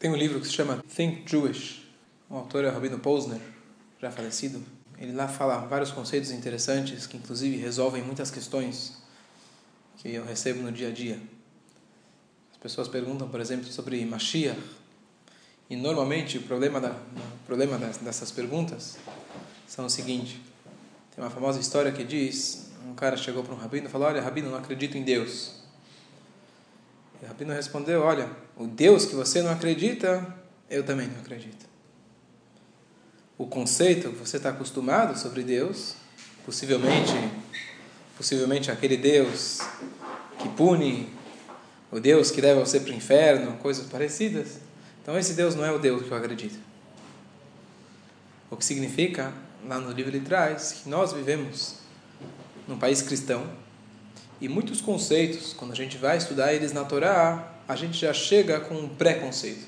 Tem um livro que se chama Think Jewish. O autor é o Rabino Posner, já falecido. Ele lá fala vários conceitos interessantes que inclusive resolvem muitas questões que eu recebo no dia a dia. As pessoas perguntam, por exemplo, sobre Mashiach. E normalmente o problema dessas perguntas são o seguinte. Tem uma famosa história que diz, um cara chegou para um rabino e falou: olha, rabino, não acredito em Deus. E o rabino respondeu: olha, o Deus que você não acredita, eu também não acredito. O conceito que você está acostumado sobre Deus, possivelmente aquele Deus que pune, o Deus que leva você para o inferno, coisas parecidas. Então esse Deus não é o Deus que eu acredito. O que significa, lá no livro ele traz, que nós vivemos num país cristão e muitos conceitos, quando a gente vai estudar eles na Torá, a gente já chega com um preconceito.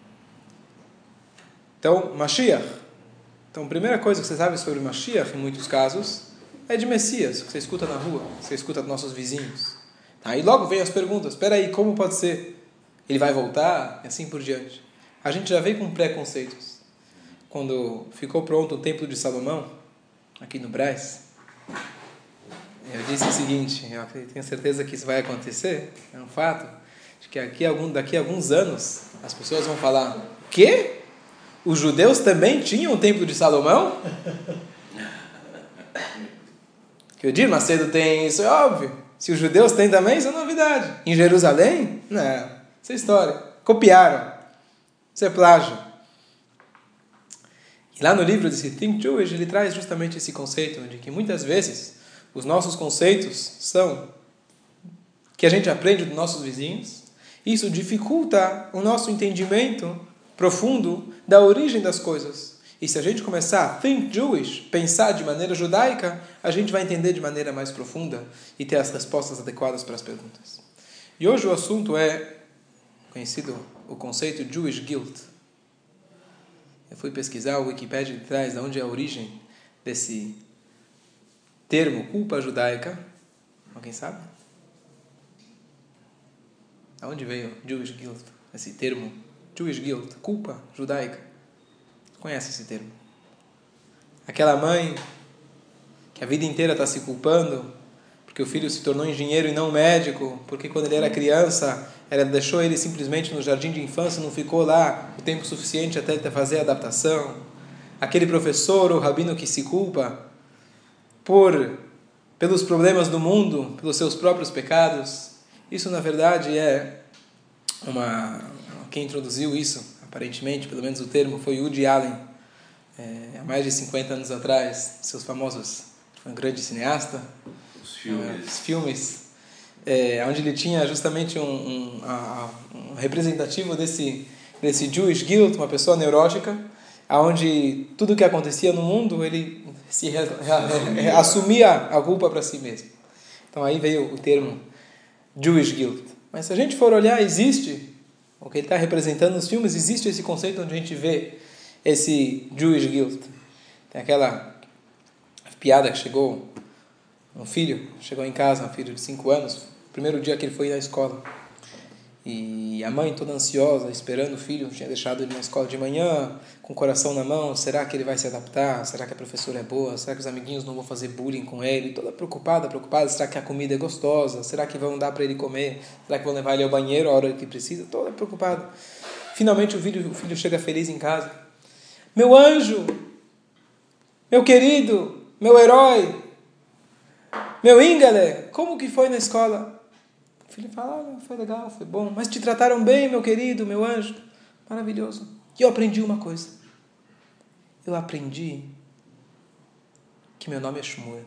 Então, Mashiach. Então, a primeira coisa que você sabe sobre Mashiach, em muitos casos, é de Messias, que você escuta na rua, que você escuta dos nossos vizinhos. Aí logo vem as perguntas: espera aí, como pode ser? Ele vai voltar? E assim por diante. A gente já veio com preconceitos. Quando ficou pronto o Templo de Salomão, aqui no Brás, eu disse o seguinte: eu tenho certeza que isso vai acontecer, é um fato, de que daqui a alguns anos as pessoas vão falar: quê? Os judeus também tinham o Templo de Salomão? Que o Edir Macedo tem, isso é óbvio. Se os judeus têm também, isso é novidade. Em Jerusalém? Não, isso é história. Copiaram. Isso é plágio. E lá no livro desse Think Jewish, ele traz justamente esse conceito de que muitas vezes os nossos conceitos são que a gente aprende dos nossos vizinhos. Isso dificulta o nosso entendimento profundo da origem das coisas. E se a gente começar a think Jewish, pensar de maneira judaica, a gente vai entender de maneira mais profunda e ter as respostas adequadas para as perguntas. E hoje o assunto é conhecido o conceito Jewish Guilt. Eu fui pesquisar, o Wikipedia traz de onde é a origem desse termo culpa judaica. Alguém sabe? Aonde veio Jewish Guilt? Esse termo Jewish Guilt, culpa judaica. Conhece esse termo? Aquela mãe que a vida inteira está se culpando porque o filho se tornou engenheiro e não médico, porque quando ele era criança, ela deixou ele simplesmente no jardim de infância, não ficou lá o tempo suficiente até ele fazer a adaptação. Aquele professor ou rabino que se culpa pelos problemas do mundo, pelos seus próprios pecados. Isso, na verdade, quem introduziu isso, aparentemente, pelo menos o termo, foi Woody Allen, há mais de 50 anos atrás, seus famosos, foi um grande cineasta, os filmes, onde ele tinha justamente um representativo desse Jewish Guilt, uma pessoa neurótica, onde tudo que acontecia no mundo, ele assumia a culpa para si mesmo. Então aí veio o termo Jewish Guilt. Mas se a gente for olhar, existe, o que ele está representando nos filmes, existe esse conceito onde a gente vê esse Jewish Guilt. Tem aquela piada que chegou em casa, um filho de 5 anos, primeiro dia que ele foi na escola. E a mãe toda ansiosa, esperando o filho, tinha deixado ele na escola de manhã, com o coração na mão, será que ele vai se adaptar? Será que a professora é boa? Será que os amiguinhos não vão fazer bullying com ele? Toda preocupada, será que a comida é gostosa? Será que vão dar para ele comer? Será que vão levar ele ao banheiro a hora que precisa? Toda preocupada. Finalmente o filho chega feliz em casa. Meu anjo, meu querido, meu herói, meu íngale, como que foi na escola? O filho fala: foi legal, foi bom, mas te trataram bem, meu querido, meu anjo? Maravilhoso. E eu aprendi uma coisa. Eu aprendi que meu nome é Shmuel.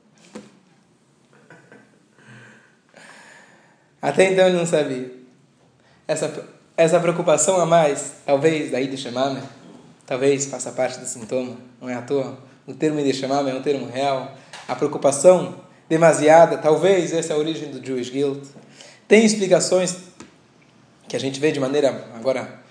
Até então ele não sabia. Essa preocupação a mais, talvez, daí de chamar, talvez faça parte do sintoma, não é à toa. O termo de chamar é um termo real. A preocupação demasiada, talvez essa é a origem do Jewish Guilt. Tem explicações que a gente vê de maneira, agora,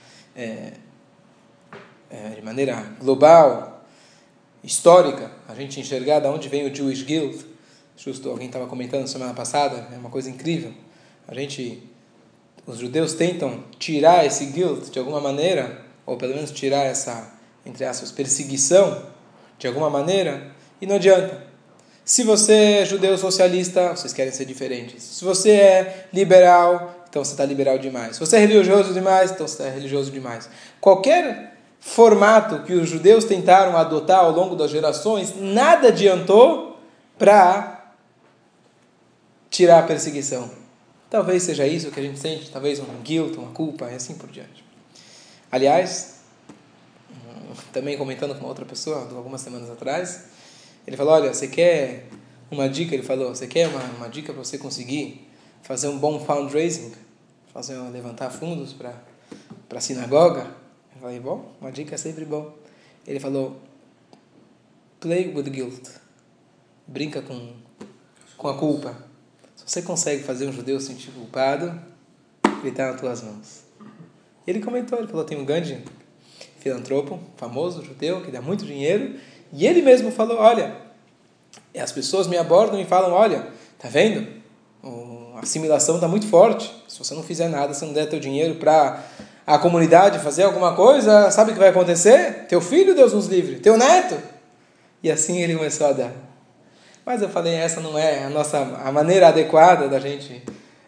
de maneira global, histórica, a gente enxergar de onde vem o Jewish Guilt. Justo alguém estava comentando semana passada, é uma coisa incrível. os judeus tentam tirar esse guilt de alguma maneira, ou pelo menos tirar essa, entre aspas, perseguição de alguma maneira, e não adianta. Se você é judeu socialista, vocês querem ser diferentes. Se você é liberal, então você está liberal demais. Se você é religioso demais, então você está religioso demais. Qualquer formato que os judeus tentaram adotar ao longo das gerações, nada adiantou para tirar a perseguição. Talvez seja isso que a gente sente, talvez um guilt, uma culpa, e assim por diante. Aliás, também comentando com uma outra pessoa, algumas semanas atrás, ele falou, olha, você quer uma dica? Ele falou, você quer uma dica para você conseguir fazer um bom fundraising? Levantar fundos para a sinagoga? Eu falei, bom, uma dica é sempre bom. Ele falou, play with guilt. Brinca com a culpa. Se você consegue fazer um judeu sentir culpado, ele está nas tuas mãos. Ele comentou, ele falou, tem um grande filantropo, famoso, judeu, que dá muito dinheiro, e ele mesmo falou, olha, as pessoas me abordam e falam, olha, tá vendo? A assimilação está muito forte. Se você não fizer nada, se não der teu dinheiro para a comunidade fazer alguma coisa, sabe o que vai acontecer? Teu filho, Deus nos livre, teu neto. E assim ele começou a dar. Mas eu falei, essa não é a maneira adequada da gente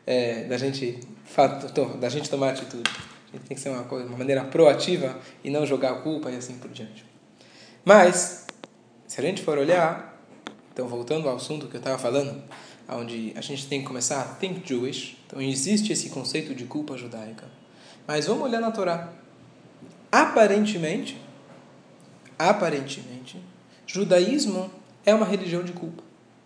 tomar atitude. A gente tem que ser uma maneira proativa e não jogar a culpa e assim por diante. Mas, se a gente for olhar, então voltando ao assunto que eu estava falando, onde a gente tem que começar a think Jewish, então existe esse conceito de culpa judaica. Mas vamos olhar na Torá. Aparentemente, judaísmo é uma religião de culpa.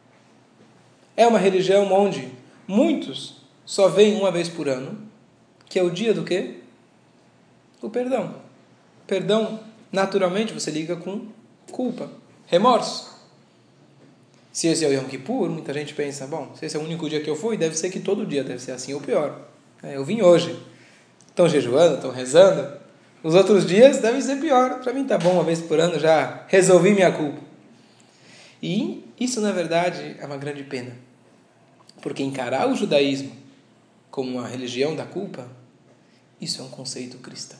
É uma religião onde muitos só veem uma vez por ano, que é o dia do quê? O perdão. Perdão, naturalmente, você liga com culpa, remorso. Se esse é o Yom Kippur, muita gente pensa, bom, se esse é o único dia que eu fui, deve ser que todo dia deve ser assim ou pior. Eu vim hoje. Estão jejuando, estão rezando. Os outros dias devem ser pior. Para mim tá bom, uma vez por ano já resolvi minha culpa. E isso, na verdade, é uma grande pena. Porque encarar o judaísmo como uma religião da culpa, isso é um conceito cristão.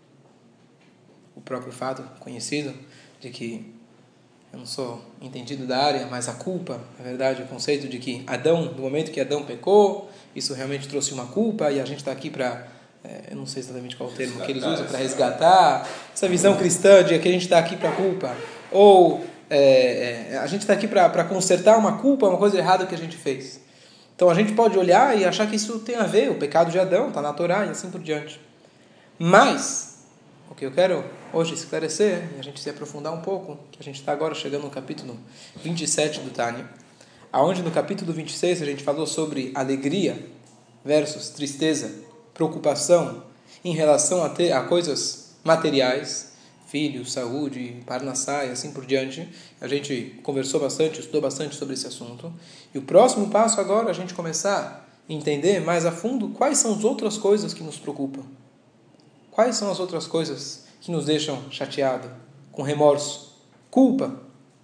O próprio fato conhecido de que, eu não sou entendido da área, mas a culpa, na verdade, o conceito de que Adão, no momento que Adão pecou, isso realmente trouxe uma culpa e a gente está aqui para, eu não sei exatamente qual o termo que eles usam, para resgatar, essa visão cristã de que a gente está aqui para culpa, ou a gente está aqui para consertar uma culpa, uma coisa errada que a gente fez. Então a gente pode olhar e achar que isso tem a ver, o pecado de Adão, está na Torá e assim por diante. Mas, o que eu quero hoje esclarecer, e a gente se aprofundar um pouco, que a gente está agora chegando no capítulo 27 do Tânia, onde no capítulo 26 a gente falou sobre alegria versus tristeza, preocupação em relação a coisas materiais, filhos, saúde, parnassá e assim por diante. A gente conversou bastante, estudou bastante sobre esse assunto. E o próximo passo agora é a gente começar a entender mais a fundo quais são as outras coisas que nos preocupam. Quais são as outras coisas que nos deixam chateados, com remorso, culpa?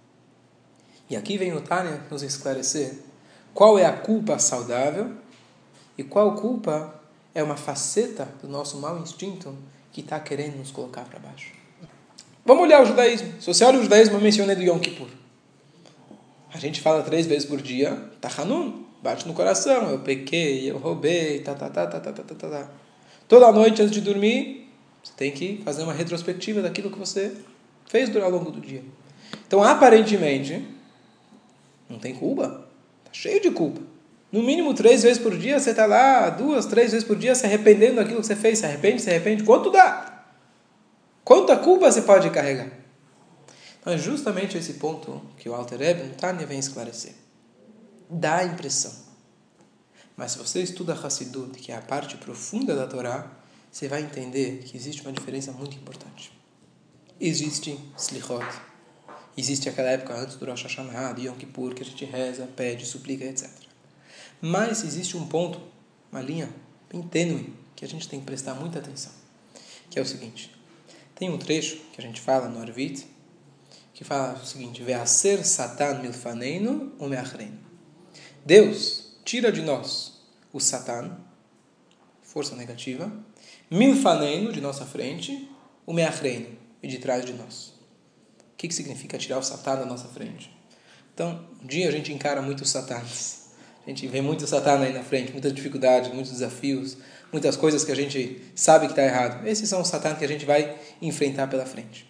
E aqui vem o Tânia nos esclarecer qual é a culpa saudável e qual culpa é uma faceta do nosso mau instinto que está querendo nos colocar para baixo. Vamos olhar o judaísmo. Se você olha o judaísmo, eu mencionei do Yom Kippur. A gente fala 3 vezes por dia, Tachanun, bate no coração, eu pequei, eu roubei, Toda noite antes de dormir, você tem que fazer uma retrospectiva daquilo que você fez ao longo do dia. Então, aparentemente, não tem culpa. Está cheio de culpa. No mínimo 3 vezes por dia, você está lá, 2, 3 vezes por dia, se arrependendo daquilo que você fez. Se arrepende. Quanto dá? Quanta culpa você pode carregar? Então, é justamente esse ponto que o Alter Rebbe, no Tânia, vem esclarecer. Dá a impressão. Mas se você estuda Hassidut, que é a parte profunda da Torá, você vai entender que existe uma diferença muito importante. Existe Slichot. Existe aquela época antes do Rosh Hashanah, do Yom Kippur, que a gente reza, pede, suplica, etc. Mas existe um ponto, uma linha bem tênue, que a gente tem que prestar muita atenção. Que é o seguinte. Tem um trecho que a gente fala no Arvit, que fala o seguinte: Ve'aser Satan milfaneinu umeachreinu. Deus tira de nós o Satan, força negativa. Milfaneinu, de nossa frente. O meachreinu, e de trás de nós. O que significa tirar o Satã da nossa frente? Então, um dia a gente encara muitos satãs. A gente vê muito Satã aí na frente, muitas dificuldades, muitos desafios, muitas coisas que a gente sabe que está errado. Esses são os Satã que a gente vai enfrentar pela frente.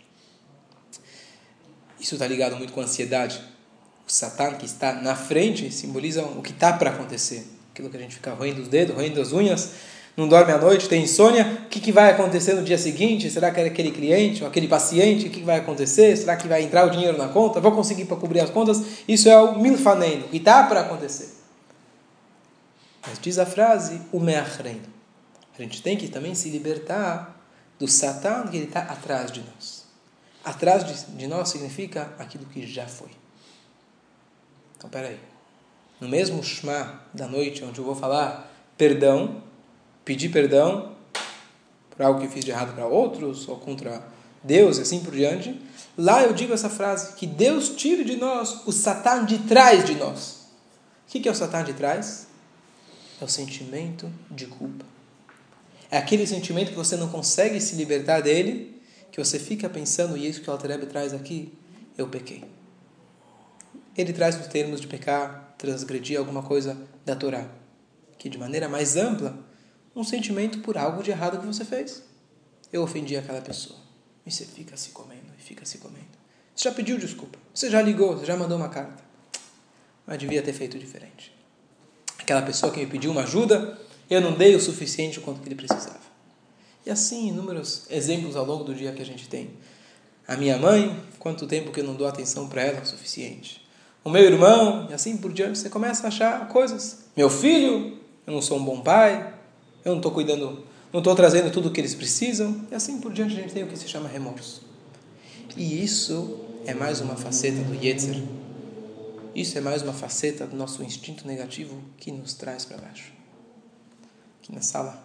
Isso está ligado muito com a ansiedade. O Satã que está na frente simboliza o que está para acontecer. Aquilo que a gente fica roendo os dedos, roendo as unhas, não dorme à noite, tem insônia. O que vai acontecer no dia seguinte? Será que é aquele cliente ou aquele paciente? O que vai acontecer? Será que vai entrar o dinheiro na conta? Vou conseguir para cobrir as contas? Isso é o milfaneino, o que está para acontecer. Mas diz a frase, o meachreino. A gente tem que também se libertar do Satã que ele está atrás de nós. Atrás de nós significa aquilo que já foi. Então, peraí. No mesmo Shema da noite, onde eu vou falar perdão, pedir perdão por algo que fiz de errado para outros, ou contra Deus, e assim por diante, lá eu digo essa frase, que Deus tire de nós o Satã de trás de nós. O que é o Satã de trás? É o sentimento de culpa. É aquele sentimento que você não consegue se libertar dele, que você fica pensando, e isso que o Alter Rebbe traz aqui, eu pequei. Ele traz nos termos de pecar, transgredir alguma coisa da Torá, que de maneira mais ampla, um sentimento por algo de errado que você fez. Eu ofendi aquela pessoa. E você fica se comendo, e fica se comendo. Você já pediu desculpa, você já ligou, você já mandou uma carta. Mas devia ter feito diferente. Aquela pessoa que me pediu uma ajuda, eu não dei o suficiente o quanto que ele precisava. E assim, inúmeros exemplos ao longo do dia que a gente tem. A minha mãe, quanto tempo que eu não dou atenção para ela o suficiente. O meu irmão, e assim por diante, você começa a achar coisas. Meu filho, eu não sou um bom pai, eu não estou cuidando, não estou trazendo tudo o que eles precisam, e assim por diante a gente tem o que se chama remorso. E isso é mais uma faceta do Yetzer. Isso é mais uma faceta do nosso instinto negativo que nos traz para baixo. Aqui na sala.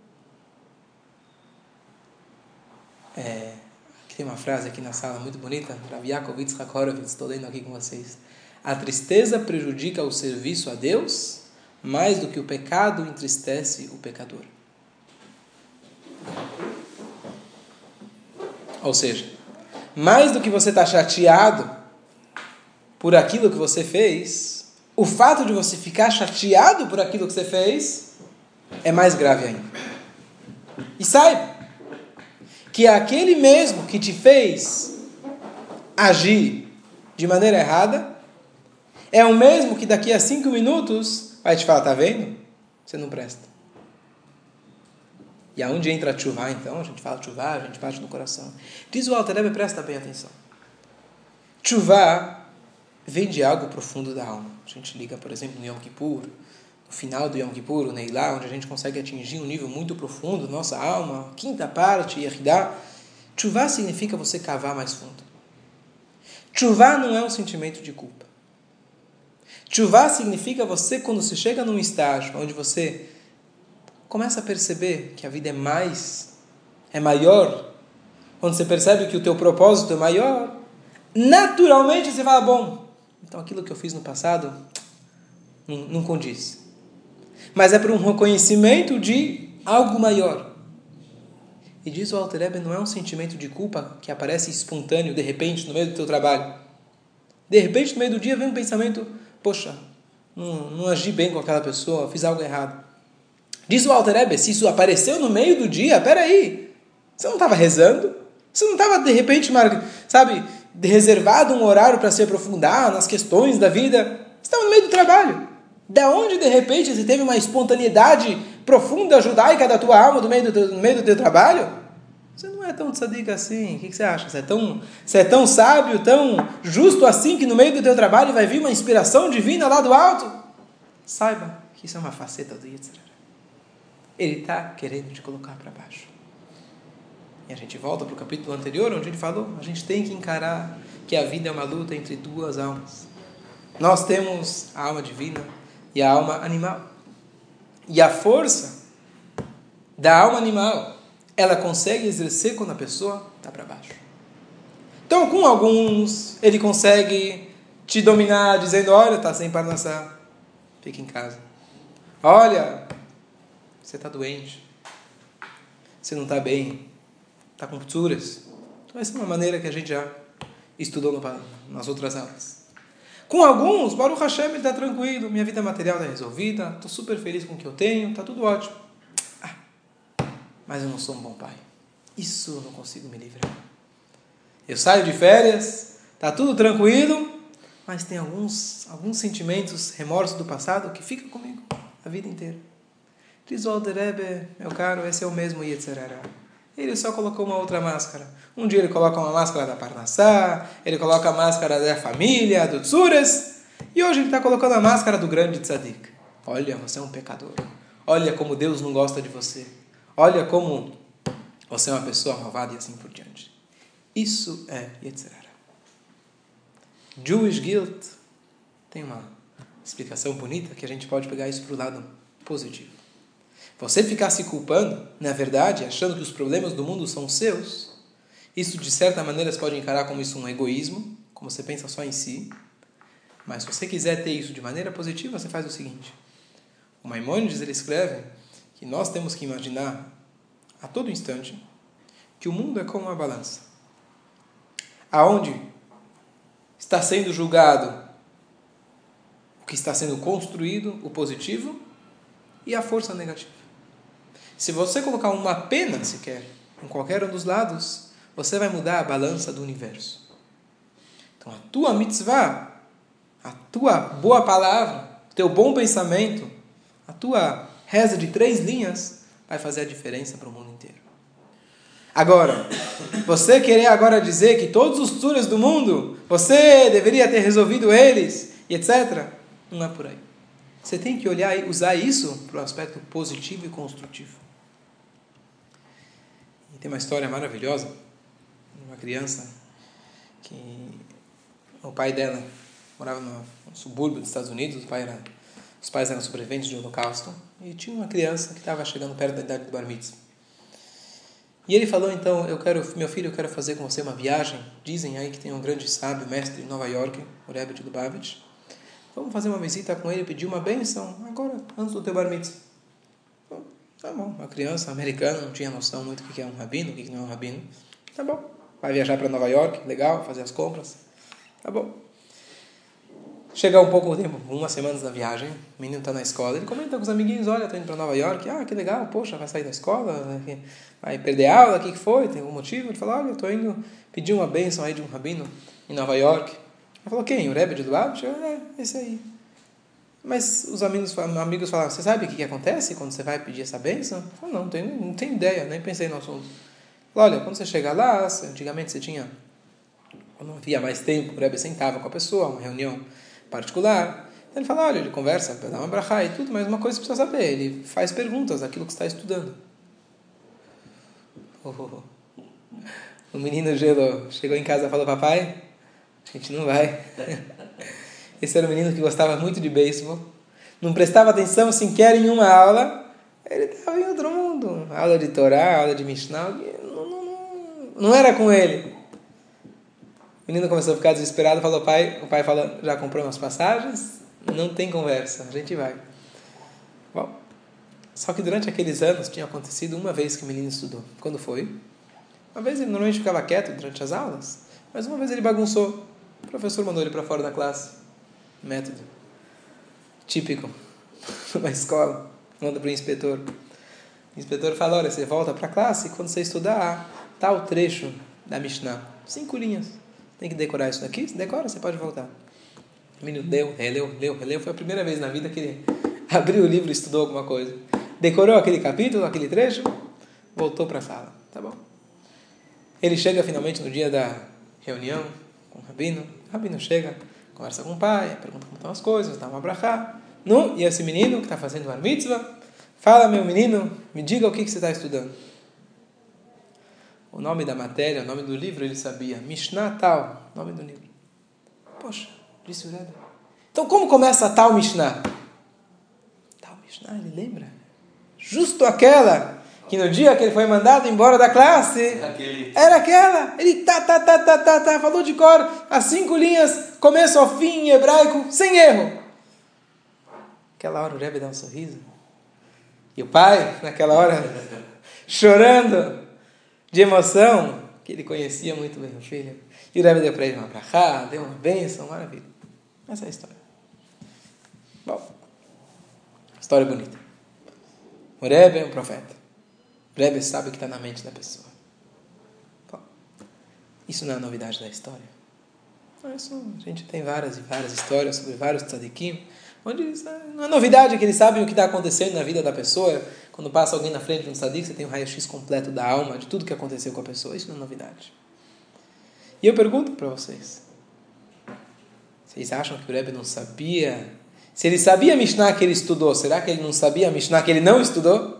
Tem uma frase aqui na sala muito bonita, Rav Yaakov Yitzhak Horovitz, estou lendo aqui com vocês. A tristeza prejudica o serviço a Deus mais do que o pecado entristece o pecador. Ou seja, mais do que você estar chateado por aquilo que você fez, o fato de você ficar chateado por aquilo que você fez é mais grave ainda. E saiba que aquele mesmo que te fez agir de maneira errada é o mesmo que daqui a 5 minutos vai te falar, tá vendo? Você não presta. E aonde entra a tchuvá, então? A gente fala tchuvá, a gente bate no coração. Diz o Alter Rebbe, presta bem atenção. Tchuvá vem de algo profundo da alma. A gente liga, por exemplo, no Yom Kippur, no final do Yom Kippur, o Neilá, onde a gente consegue atingir um nível muito profundo da nossa alma, quinta parte, Yehidá. Tchuvá significa você cavar mais fundo. Tchuvá não é um sentimento de culpa. Tchuvá significa você, quando você chega num estágio onde você começa a perceber que a vida é maior, quando você percebe que o teu propósito é maior, naturalmente você fala, bom, então aquilo que eu fiz no passado não condiz. Mas é por um reconhecimento de algo maior. E diz o Alter Rebbe, não é um sentimento de culpa que aparece espontâneo, de repente, no meio do teu trabalho. De repente, no meio do dia, vem um pensamento, poxa, não agi bem com aquela pessoa, fiz algo errado. Diz o Alter Rebbe, se isso apareceu no meio do dia, peraí, você não estava rezando? Você não estava, de repente, reservado um horário para se aprofundar nas questões da vida? Você estava no meio do trabalho. Da onde, de repente, você teve uma espontaneidade profunda judaica da tua alma no meio do teu trabalho? Você não é tão tzadik assim. O que você acha? Você é tão sábio, tão justo assim, que no meio do teu trabalho vai vir uma inspiração divina lá do alto? Saiba que isso é uma faceta do Yetzer Hara. Ele está querendo te colocar para baixo. E a gente volta para o capítulo anterior, onde ele falou, a gente tem que encarar que a vida é uma luta entre duas almas. Nós temos a alma divina e a alma animal. E a força da alma animal, ela consegue exercer quando a pessoa está para baixo. Então, com alguns, ele consegue te dominar, dizendo, olha, está sem parnassá, fica em casa. Olha, você está doente, você não está bem, está com fissuras. Então, essa é uma maneira que a gente já estudou nas outras aulas. Com alguns, Baruch Hashem, ele está tranquilo, minha vida material está resolvida, estou super feliz com o que eu tenho, está tudo ótimo. Mas eu não sou um bom pai. Isso eu não consigo me livrar. Eu saio de férias, está tudo tranquilo, mas tem alguns sentimentos, remorsos do passado que ficam comigo a vida inteira. Diz o Alter Rebbe, meu caro, esse é o mesmo Yetzirah. Ele só colocou uma outra máscara. Um dia ele coloca uma máscara da Parnassá, ele coloca a máscara da família, do Tzuras, e hoje ele está colocando a máscara do grande Tzadik. Olha, você é um pecador. Olha como Deus não gosta de você. Olha como você é uma pessoa malvada e assim por diante. Isso é Yetzirah. Jewish guilt tem uma explicação bonita que a gente pode pegar isso para o lado positivo. Você ficar se culpando, na verdade, achando que os problemas do mundo são seus, isso de certa maneira você pode encarar como isso um egoísmo, como você pensa só em si. Mas se você quiser ter isso de maneira positiva, você faz o seguinte. O Maimônides, ele escreve que nós temos que imaginar a todo instante que o mundo é como uma balança, aonde está sendo julgado o que está sendo construído, o positivo, e a força negativa. Se você colocar uma pena sequer em qualquer um dos lados, você vai mudar a balança do universo. Então a tua mitzvah, a tua boa palavra, o teu bom pensamento, a tua reza de 3 linhas vai fazer a diferença para o mundo inteiro. Agora, você querer agora dizer que todos os tzuras do mundo, você deveria ter resolvido eles, e etc., não é por aí. Você tem que olhar e usar isso para o aspecto positivo e construtivo. E tem uma história maravilhosa de uma criança que o pai dela morava no subúrbio dos Estados Unidos, os pais eram sobreviventes de um holocausto, e tinha uma criança que estava chegando perto da idade do bar mitzvah. E ele falou, então, meu filho, eu quero fazer com você uma viagem. Dizem aí que tem um grande sábio, mestre em Nova York, o Rebbe de Lubavitch. Vamos fazer uma visita com ele, pedir uma bênção agora, antes do teu bar mitzvah. Tá bom, uma criança americana não tinha noção muito do que é um rabino, o que não é um rabino. Tá bom, vai viajar para Nova York, legal, fazer as compras. Tá bom. Chega um pouco tempo, 1 semana da viagem, o menino está na escola, ele comenta com os amiguinhos, olha, estou indo para Nova York, que legal, poxa, vai sair da escola, vai perder aula, o que foi, tem algum motivo? Ele falou, olha, eu estou indo pedir uma bênção aí de um rabino em Nova York. Ele falou, quem? O Rebbe de Lubavitch? Esse aí. Mas os amigos falaram, você sabe o que acontece quando você vai pedir essa bênção? Eu falei, não tenho ideia, nem pensei no assunto. Ele falou, olha, quando você chega lá, antigamente você tinha, quando não havia mais tempo, o Rebbe sentava com a pessoa, uma reunião particular. Então ele fala, olha, ele conversa, dá uma brachá e tudo, mas uma coisa você precisa saber, ele faz perguntas daquilo que você está estudando. O menino chegou em casa e falou, papai, a gente não vai. Esse era um menino que gostava muito de beisebol, não prestava atenção sequer em uma aula, ele estava em outro mundo, aula de Torá, aula de Mishnah, não era com ele. O menino começou a ficar desesperado, o pai falou, já comprou umas passagens? Não tem conversa, a gente vai. Bom, só que durante aqueles anos tinha acontecido uma vez que o menino estudou. Quando foi? Uma vez ele normalmente ficava quieto durante as aulas, mas uma vez ele bagunçou. O professor mandou ele para fora da classe. Método típico de uma escola. Manda para o inspetor. O inspetor fala, olha, você volta para a classe e quando você estudar tal trecho da Mishnah, 5 linhas. Tem que decorar isso daqui, se decora, você pode voltar. O menino releu. Foi a primeira vez na vida que ele abriu o livro e estudou alguma coisa. Decorou aquele capítulo, aquele trecho, voltou para a sala. Tá bom. Ele chega finalmente no dia da reunião com o rabino. O rabino chega, conversa com o pai, pergunta como estão as coisas, dá uma brachá. E esse menino que está fazendo bar mitzvah, fala, meu menino, me diga o que você está estudando. O nome da matéria, o nome do livro, ele sabia. Mishnah tal, nome do livro. Poxa, disse o Rebbe. Então como começa a tal Mishnah? Tal Mishnah, ele lembra? Justo aquela que no dia que ele foi mandado embora da classe, era aquela. Ele falou de cor, as 5 linhas, começo ao fim, em hebraico, sem erro. Aquela hora o Rebbe dá um sorriso. E o pai, naquela hora, chorando de emoção, que ele conhecia muito bem o filho. E o Rebbe deu para ele uma brachá, deu uma bênção, maravilha. Essa é a história. Bom, história bonita. O Rebbe é um profeta. O Rebbe sabe o que está na mente da pessoa. Bom, isso não é novidade da história. A gente tem várias e várias histórias sobre vários tzadikim, onde não é novidade que eles sabem o que está acontecendo na vida da pessoa. Quando passa alguém na frente de um tzadik, você tem um raio-x completo da alma, de tudo que aconteceu com a pessoa. Isso não é novidade. E eu pergunto para vocês, vocês acham que o Rebbe não sabia? Se ele sabia a Mishnah que ele estudou, será que ele não sabia a Mishnah que ele não estudou?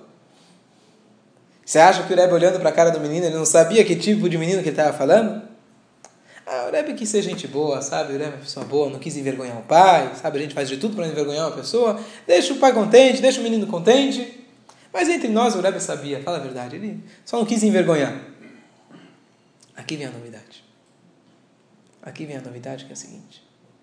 Você acha que o Rebbe, olhando para a cara do menino, ele não sabia que tipo de menino que ele estava falando? O Rebbe quis ser gente boa, sabe? O Rebbe é uma pessoa boa, não quis envergonhar o pai, sabe? A gente faz de tudo para não envergonhar uma pessoa. Deixa o pai contente, deixa o menino contente. Mas entre nós, o Rebbe sabia, fala a verdade, ele só não quis envergonhar. Aqui vem a novidade. Aqui vem a novidade, que é a seguinte.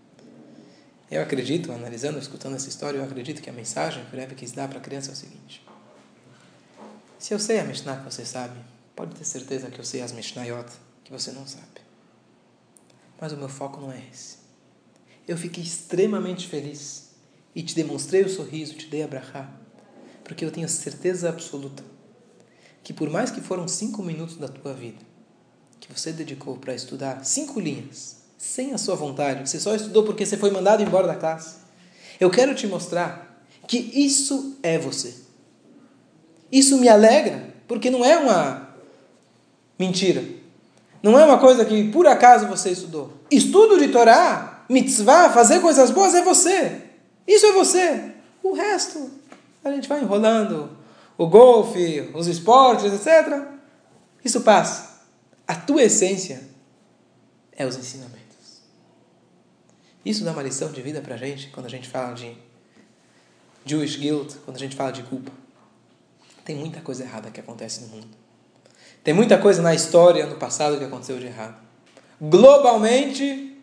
Eu acredito, analisando, escutando essa história, eu acredito que a mensagem que o Rebbe quis dar para a criança é o seguinte. Se eu sei a Mishnah que você sabe, pode ter certeza que eu sei as Mishnayot que você não sabe. Mas o meu foco não é esse. Eu fiquei extremamente feliz e te demonstrei o sorriso, te dei a brachá, porque eu tenho certeza absoluta que por mais que foram 5 minutos da tua vida que você dedicou para estudar 5 linhas, sem a sua vontade, você só estudou porque você foi mandado embora da classe, eu quero te mostrar que isso é você. Isso me alegra, porque não é uma mentira. Não é uma coisa que por acaso você estudou. Estudo de Torá, mitzvah, fazer coisas boas é você. Isso é você. O resto, a gente vai enrolando. O golfe, os esportes, etc. Isso passa. A tua essência é os ensinamentos. Isso dá uma lição de vida para a gente quando a gente fala de Jewish guilt, quando a gente fala de culpa. Tem muita coisa errada que acontece no mundo. Tem muita coisa na história, no passado, que aconteceu de errado. Globalmente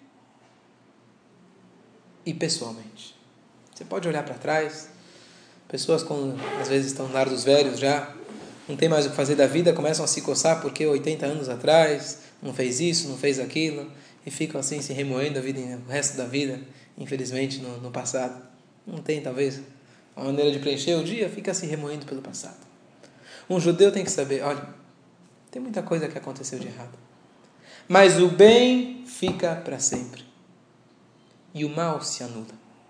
e pessoalmente. Você pode olhar para trás. Pessoas, quando às vezes estão no lar dos velhos já, não tem mais o que fazer da vida, começam a se coçar porque 80 anos atrás não fez isso, não fez aquilo, e ficam assim se remoendo o resto da vida, infelizmente, no passado. Não tem, talvez, uma maneira de preencher o dia, fica se remoendo pelo passado. Um judeu tem que saber, olha, tem muita coisa que aconteceu de errado. Mas o bem fica para sempre. E o mal se anula.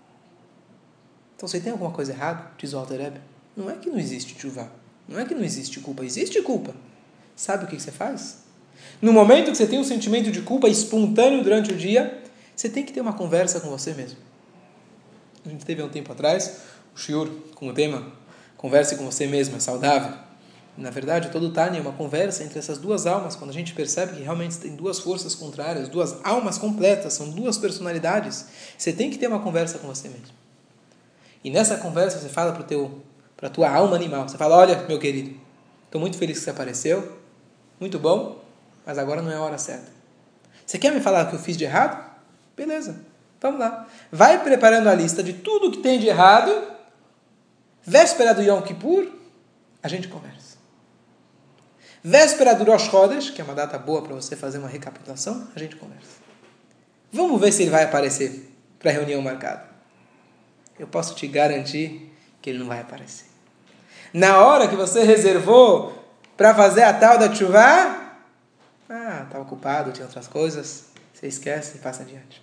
Então, se tem alguma coisa errada, diz o Alter Rebbe, não é que não existe tshuva. Não é que não existe culpa. Existe culpa. Sabe o que você faz? No momento que você tem um sentimento de culpa espontâneo durante o dia, você tem que ter uma conversa com você mesmo. A gente teve há um tempo atrás o shiur com o tema Converse com você mesmo, é saudável. Na verdade, todo o Tânia é uma conversa entre essas duas almas, quando a gente percebe que realmente tem duas forças contrárias, duas almas completas, são duas personalidades. Você tem que ter uma conversa com você mesmo. E nessa conversa você fala para a tua alma animal, você fala, olha, meu querido, estou muito feliz que você apareceu, muito bom, mas agora não é a hora certa. Você quer me falar o que eu fiz de errado? Beleza, vamos lá. Vai preparando a lista de tudo que tem de errado, véspera do Yom Kippur, a gente conversa. Véspera do Rosh Chodesh, que é uma data boa para você fazer uma recapitulação, a gente conversa. Vamos ver se ele vai aparecer para a reunião marcada. Eu posso te garantir que ele não vai aparecer. Na hora que você reservou para fazer a tal da tshuva, estava ocupado, tinha outras coisas, você esquece e passa adiante.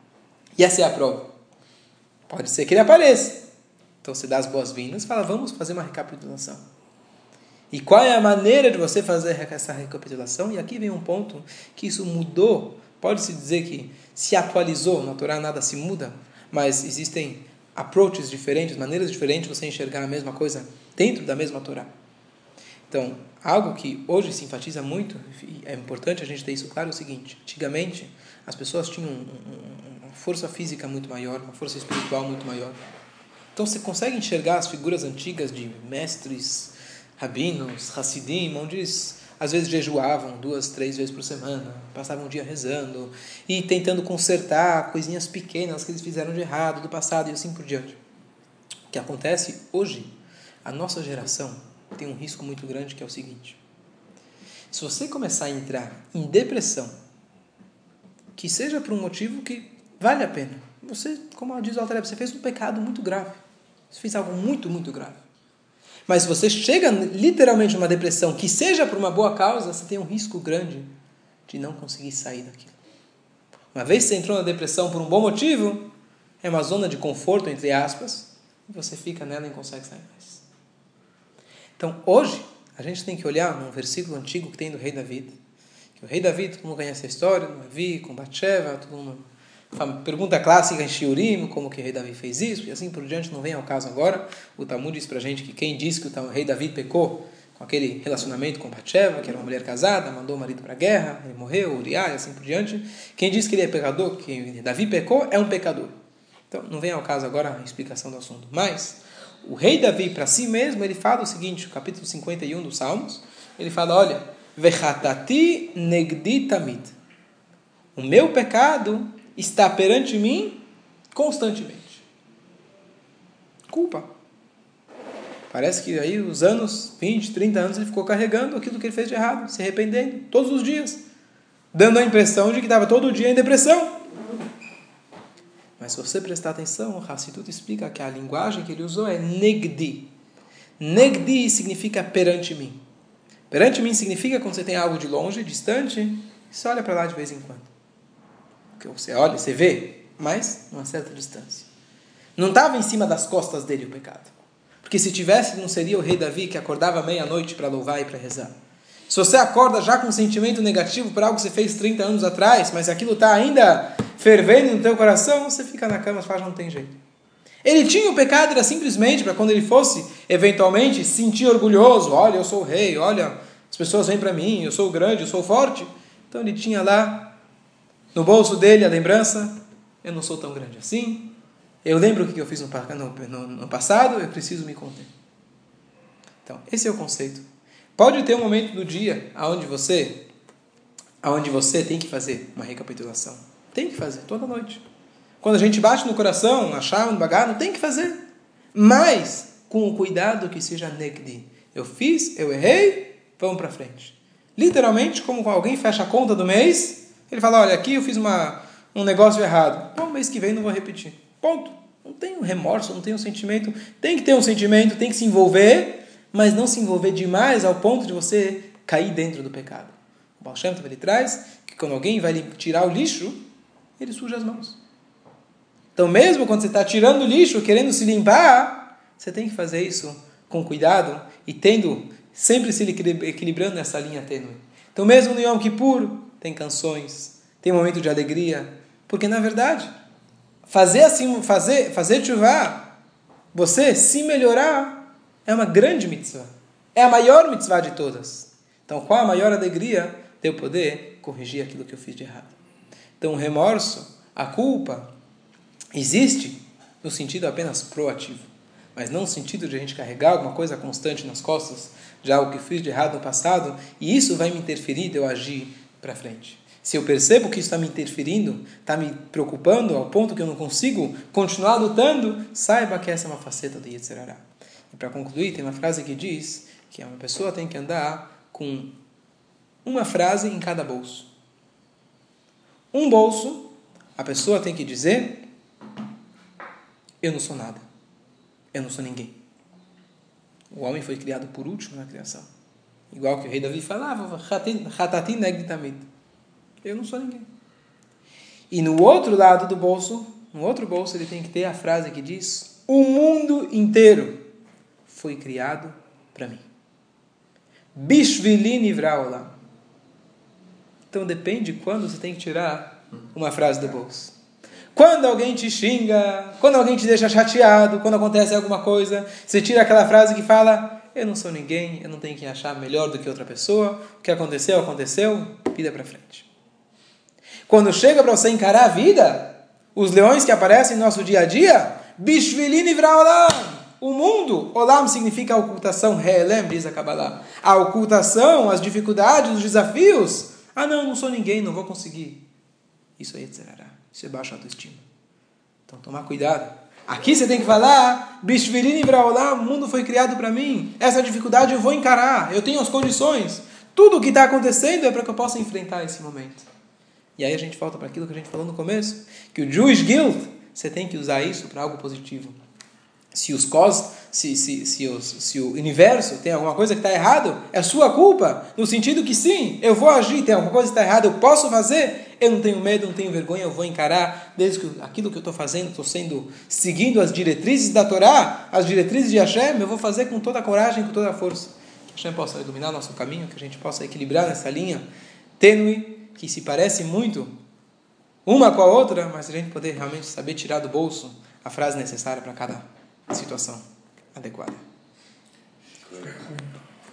E essa é a prova. Pode ser que ele apareça. Então você dá as boas-vindas e fala, vamos fazer uma recapitulação. E qual é a maneira de você fazer essa recapitulação? E aqui vem um ponto que isso mudou. Pode-se dizer que se atualizou. Na Torá nada se muda, mas existem approaches diferentes, maneiras diferentes de você enxergar a mesma coisa dentro da mesma Torá. Então, algo que hoje se enfatiza muito, e é importante a gente ter isso claro, é o seguinte. Antigamente, as pessoas tinham uma força física muito maior, uma força espiritual muito maior. Então, você consegue enxergar as figuras antigas de mestres, rabinos, hassidim, onde eles às vezes jejuavam 2, 3 vezes por semana, passavam um dia rezando e tentando consertar coisinhas pequenas que eles fizeram de errado do passado e assim por diante. O que acontece hoje, a nossa geração, tem um risco muito grande, que é o seguinte. Se você começar a entrar em depressão, que seja por um motivo que vale a pena. Você, como diz o Alter Rebbe, você fez um pecado muito grave. Você fez algo muito, muito grave. Mas se você chega literalmente numa depressão, que seja por uma boa causa, você tem um risco grande de não conseguir sair daquilo. Uma vez que você entrou na depressão por um bom motivo, é uma zona de conforto, entre aspas, e você fica nela e não consegue sair mais. Então, hoje, a gente tem que olhar num versículo antigo que tem do rei David, que o rei David, todo mundo conhece a história, do Davi, com Batsheva, todo mundo, pergunta clássica em Shiurim, como que o rei Davi fez isso, e assim por diante, não vem ao caso agora. O Talmud diz pra gente que quem diz que o rei Davi pecou com aquele relacionamento com Batsheva, que era uma mulher casada, mandou o marido para a guerra, ele morreu, Uriah, e assim por diante. Quem diz que ele é pecador, que Davi pecou, é um pecador. Então, não vem ao caso agora a explicação do assunto. Mas, o rei Davi, para si mesmo, ele fala o seguinte, no capítulo 51 dos Salmos, ele fala, olha, Vechatati negdi tamid. O meu pecado está perante mim constantemente. Culpa. Parece que aí os anos, 20, 30 anos, ele ficou carregando aquilo que ele fez de errado, se arrependendo, todos os dias, dando a impressão de que estava todo dia em depressão. Mas se você prestar atenção, o Hassidut explica que a linguagem que ele usou é negdi. Negdi significa perante mim. Perante mim significa quando você tem algo de longe, distante, você olha para lá de vez em quando. Porque você olha, você vê, mas numa certa distância. Não estava em cima das costas dele o pecado. Porque se tivesse, não seria o rei Davi que acordava meia-noite para louvar e para rezar. Se você acorda já com um sentimento negativo por algo que você fez 30 anos atrás, mas aquilo está ainda fervendo no teu coração, você fica na cama e fala, não tem jeito. Ele tinha o pecado, era simplesmente para quando ele fosse, eventualmente, se sentir orgulhoso. Olha, eu sou o rei, olha, as pessoas vêm para mim, eu sou grande, eu sou forte. Então ele tinha lá, no bolso dele, a lembrança, eu não sou tão grande assim. Eu lembro o que eu fiz no passado, eu preciso me conter. Então, esse é o conceito. Pode ter um momento do dia onde você tem que fazer uma recapitulação. Tem que fazer, toda noite. Quando a gente bate no coração, achar um bagar, não tem que fazer. Mas, com o cuidado que seja negdi. Eu fiz, eu errei, vamos para frente. Literalmente, como alguém fecha a conta do mês, ele fala, olha, aqui eu fiz um negócio errado. Bom, mês que vem não vou repetir. Ponto. Não tem um remorso, não tem um sentimento. Tem que ter um sentimento, tem que se envolver, mas não se envolver demais ao ponto de você cair dentro do pecado. O Baal Shem Tov, ele traz que quando alguém vai tirar o lixo, ele suja as mãos. Então mesmo quando você está tirando o lixo, querendo se limpar, você tem que fazer isso com cuidado e sempre se equilibrando nessa linha tênue. Então mesmo no Yom Kippur, tem canções, tem momento de alegria, porque na verdade, fazer tchuvá, você se melhorar, é uma grande mitzvah. É a maior mitzvah de todas. Então, qual a maior alegria de eu poder corrigir aquilo que eu fiz de errado? Então, o remorso, a culpa, existe no sentido apenas proativo, mas não no sentido de a gente carregar alguma coisa constante nas costas, de algo que fiz de errado no passado, e isso vai me interferir de eu agir para frente. Se eu percebo que isso está me interferindo, está me preocupando ao ponto que eu não consigo continuar lutando, saiba que essa é uma faceta do Yetzer Hara. E para concluir, tem uma frase que diz que uma pessoa tem que andar com uma frase em cada bolso. Um bolso, a pessoa tem que dizer, eu não sou nada. Eu não sou ninguém. O homem foi criado por último na criação. Igual que o rei Davi falava, Hatati negdi tamid. Eu não sou ninguém. E no outro lado do bolso, no outro bolso, ele tem que ter a frase que diz, o mundo inteiro foi criado para mim. Bishvili nivra olam. Então depende de quando você tem que tirar uma frase do bolso. Quando alguém te xinga, quando alguém te deixa chateado, quando acontece alguma coisa, você tira aquela frase que fala, eu não sou ninguém, eu não tenho que achar melhor do que outra pessoa, o que aconteceu, aconteceu, vida para frente. Quando chega para você encarar a vida, os leões que aparecem no nosso dia a dia, Bishvili nivra olam. O mundo, olam significa a ocultação, re'elem, diz a Kabbalah. A ocultação, as dificuldades, os desafios. Não sou ninguém, não vou conseguir. Isso é Yetzer Hara, isso é baixa autoestima. Então, tomar cuidado. Aqui você tem que falar, Bishvilini Braolá, o mundo foi criado para mim. Essa dificuldade eu vou encarar, eu tenho as condições. Tudo o que está acontecendo é para que eu possa enfrentar esse momento. E aí a gente volta para aquilo que a gente falou no começo, que o Jewish Guilt, você tem que usar isso para algo positivo. Se o universo tem alguma coisa que está errado, é sua culpa, no sentido que sim, eu vou agir, tem alguma coisa que está errada, eu posso fazer, eu não tenho medo, não tenho vergonha, eu vou encarar, desde que aquilo que eu estou fazendo, seguindo as diretrizes da Torá, as diretrizes de Hashem, eu vou fazer com toda a coragem, com toda a força. Que Hashem possa iluminar nosso caminho, que a gente possa equilibrar nessa linha tênue, que se parece muito uma com a outra, mas a gente poder realmente saber tirar do bolso a frase necessária para cada situação adequada.